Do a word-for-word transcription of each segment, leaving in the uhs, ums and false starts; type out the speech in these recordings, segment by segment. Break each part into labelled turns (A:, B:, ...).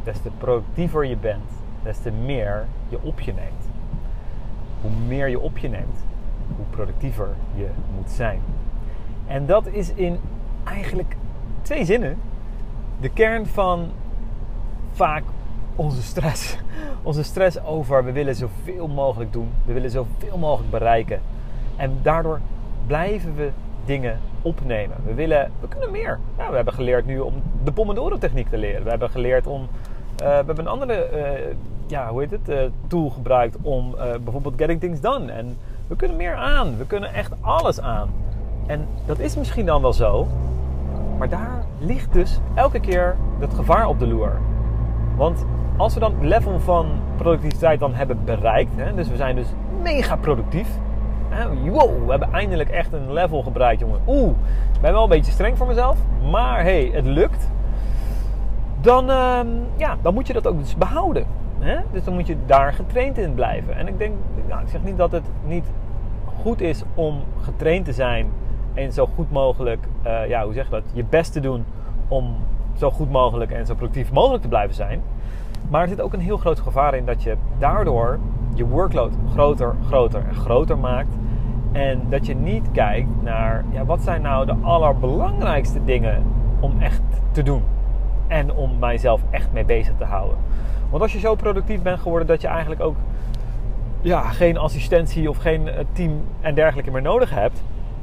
A: des te productiever je bent, des te meer je op je neemt. Hoe meer je op je neemt, hoe productiever je moet zijn. En dat is in eigenlijk twee zinnen de kern van vaak onze stress. Onze stress over we willen zoveel mogelijk doen. We willen zoveel mogelijk bereiken. En daardoor blijven we dingen opnemen. We willen, we kunnen meer. Ja, we hebben geleerd nu om de Pomodoro techniek te leren. We hebben geleerd om, uh, we hebben een andere uh, ja, hoe heet het, uh, tool gebruikt om uh, bijvoorbeeld getting things done. En we kunnen meer aan. We kunnen echt alles aan. En dat is misschien dan wel zo. Maar daar ligt dus elke keer het gevaar op de loer. Want als we dan het level van productiviteit dan hebben bereikt. Hè, dus we zijn dus mega productief. Hè, wow, we hebben eindelijk echt een level bereikt, jongen. Oeh, ik ben wel een beetje streng voor mezelf. Maar hey, het lukt. Dan, uh, ja, dan moet je dat ook dus behouden. Hè? Dus dan moet je daar getraind in blijven. En ik denk, nou, ik zeg niet dat het niet goed is om getraind te zijn. En zo goed mogelijk, uh, ja, hoe zeg je dat? Je best te doen om zo goed mogelijk en zo productief mogelijk te blijven zijn. Maar er zit ook een heel groot gevaar in dat je daardoor je workload groter, groter en groter maakt. En dat je niet kijkt naar, ja, wat zijn nou de allerbelangrijkste dingen om echt te doen. En om mijzelf echt mee bezig te houden. Want als je zo productief bent geworden dat je eigenlijk ook ja, geen assistentie of geen team en dergelijke meer nodig hebt.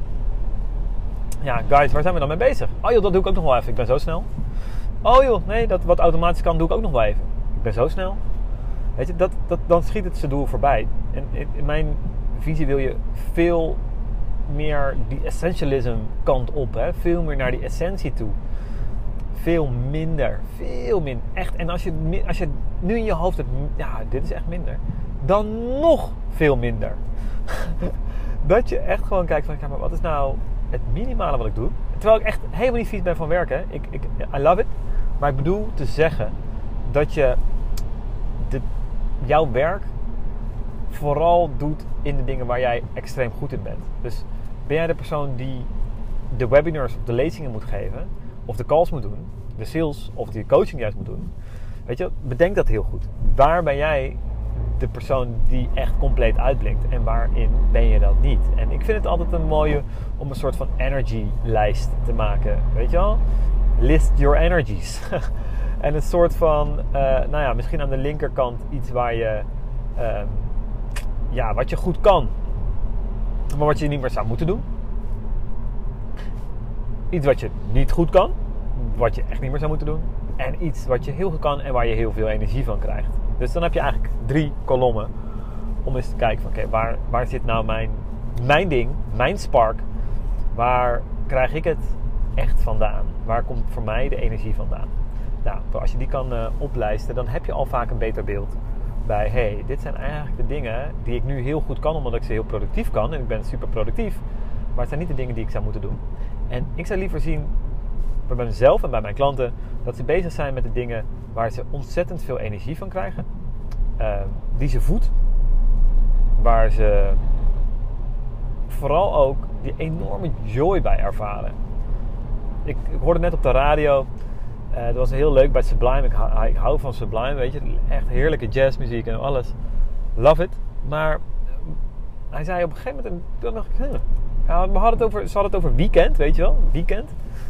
A: Ja, guys, waar zijn we dan mee bezig? Oh joh, dat doe ik ook nog wel even. Ik ben zo snel. Oh joh, nee, dat wat automatisch kan, doe ik ook nog wel even. Ik ben zo snel. Weet je, dat, dat, dan schiet het zijn doel voorbij. En in, in mijn visie wil je veel meer die essentialism kant op. Hè? Veel meer naar die essentie toe. Veel minder. Veel minder. Echt. En als je, als je nu in je hoofd hebt, ja, dit is echt minder. Dan nog veel minder. Dat je echt gewoon kijkt van, ja, maar wat is nou het minimale wat ik doe? Terwijl ik echt helemaal niet vies ben van werken. Ik, ik, I love it. Maar ik bedoel te zeggen dat je de, jouw werk vooral doet in de dingen waar jij extreem goed in bent. Dus ben jij de persoon die de webinars of de lezingen moet geven, of de calls moet doen, de sales of de coaching juist moet doen. Weet je, bedenk dat heel goed. Waar ben jij de persoon die echt compleet uitblinkt en waarin ben je dat niet? En ik vind het altijd een mooie om een soort van energy lijst te maken. Weet je wel? List your energies. En een soort van, uh, nou ja, misschien aan de linkerkant iets waar je, uh, ja, wat je goed kan, maar wat je niet meer zou moeten doen. Iets wat je niet goed kan, wat je echt niet meer zou moeten doen. En iets wat je heel goed kan en waar je heel veel energie van krijgt. Dus dan heb je eigenlijk drie kolommen om eens te kijken van, oké, okay, waar, waar zit nou mijn, mijn ding, mijn spark? Waar krijg ik het echt vandaan? Waar komt voor mij de energie vandaan? Nou, als je die kan uh, oplijsten, dan heb je al vaak een beter beeld bij, hey, dit zijn eigenlijk de dingen die ik nu heel goed kan, omdat ik ze heel productief kan. En ik ben super productief. Maar het zijn niet de dingen die ik zou moeten doen. En ik zou liever zien, bij mezelf en bij mijn klanten, dat ze bezig zijn met de dingen waar ze ontzettend veel energie van krijgen. Uh, die ze voedt. Waar ze vooral ook die enorme joy bij ervaren. Ik, ik hoorde net op de radio, uh, dat was heel leuk bij Sublime. Ik, hou, ik hou van Sublime, weet je. Echt heerlijke jazzmuziek en alles. Love it. Maar hij zei op een gegeven moment, toen dacht ik, huh. Ja, we hadden het over, ze hadden het over weekend, weet je wel. Weekend.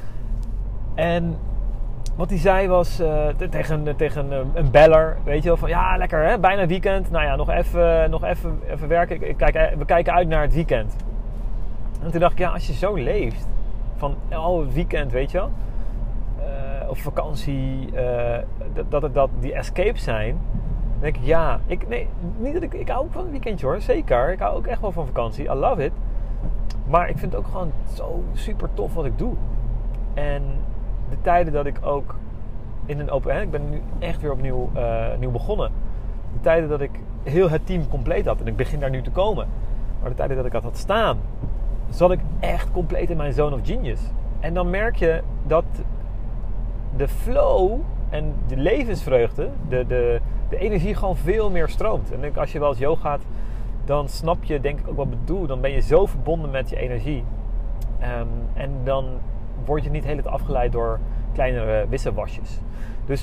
A: En wat hij zei was uh, tegen, tegen uh, een beller, weet je wel, van ja, lekker hè, bijna weekend. Nou ja, nog even, nog even, even werken. Ik, ik kijk, we kijken uit naar het weekend. En toen dacht ik, ja, als je zo leeft, van oh, weekend, weet je wel. Uh, of vakantie, uh, dat, dat, dat die escapes zijn. Dan denk ik, ja, ik, nee, niet dat ik, ik hou ook van een weekendje hoor, zeker. Ik hou ook echt wel van vakantie, I love it. Maar ik vind het ook gewoon zo super tof wat ik doe. En de tijden dat ik ook in een open... Hè, ik ben nu echt weer opnieuw uh, nieuw begonnen. De tijden dat ik heel het team compleet had. En ik begin daar nu te komen. Maar de tijden dat ik dat had staan, zat ik echt compleet in mijn zone of genius. En dan merk je dat de flow en de levensvreugde, de, de, de energie gewoon veel meer stroomt. En als je wel eens yoga gaat, dan snap je denk ik ook wat ik bedoel. Dan ben je zo verbonden met je energie. Um, en dan word je niet de hele tijd afgeleid door kleinere wisselwasjes. Dus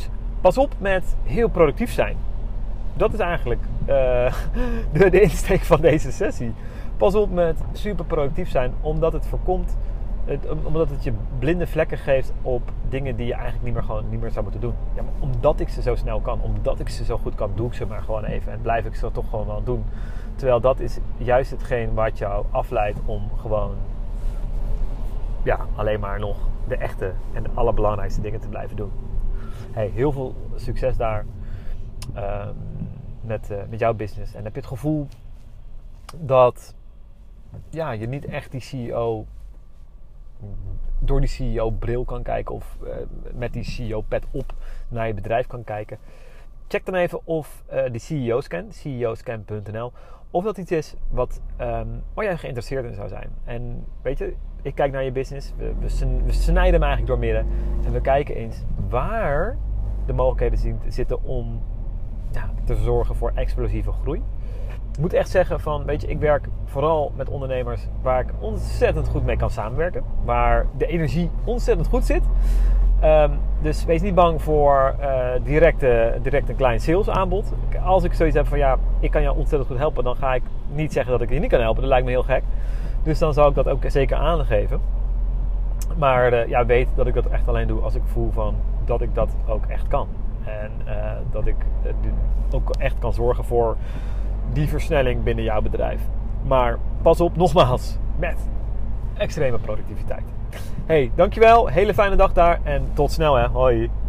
A: pas op met heel productief zijn. Dat is eigenlijk uh, de, de insteek van deze sessie. Pas op met super productief zijn, omdat het voorkomt, het, omdat het je blinde vlekken geeft op dingen die je eigenlijk niet meer, gewoon, niet meer zou moeten doen. Ja, maar omdat ik ze zo snel kan, omdat ik ze zo goed kan, doe ik ze maar gewoon even en blijf ik ze toch gewoon wel doen. Terwijl dat is juist hetgeen wat jou afleidt om gewoon ja, alleen maar nog de echte en de allerbelangrijkste dingen te blijven doen. Hey, heel veel succes daar uh, met, uh, met jouw business. En heb je het gevoel dat ja, je niet echt die C E O door die C E O-bril kan kijken of uh, met die C E O-pet op naar je bedrijf kan kijken. Check dan even of uh, die C E O-scan, C E O scan punt n l, of dat iets is wat, um, waar jij geïnteresseerd in zou zijn. En weet je, ik kijk naar je business, we, we, sn- we snijden hem eigenlijk door midden en we kijken eens waar de mogelijkheden zitten om ja, te zorgen voor explosieve groei. Ik moet echt zeggen van, weet je, ik werk vooral met ondernemers waar ik ontzettend goed mee kan samenwerken. Waar de energie ontzettend goed zit. Um, dus wees niet bang voor uh, direct, uh, direct een klein salesaanbod. Als ik zoiets heb van, ja, ik kan jou ontzettend goed helpen, dan ga ik niet zeggen dat ik je niet kan helpen. Dat lijkt me heel gek. Dus dan zou ik dat ook zeker aangeven. Maar uh, ja, weet dat ik dat echt alleen doe als ik voel van dat ik dat ook echt kan. En uh, dat ik uh, ook echt kan zorgen voor die versnelling binnen jouw bedrijf. Maar pas op, nogmaals, met extreme productiviteit. Hey, dankjewel. Hele fijne dag daar en tot snel hè. Hoi.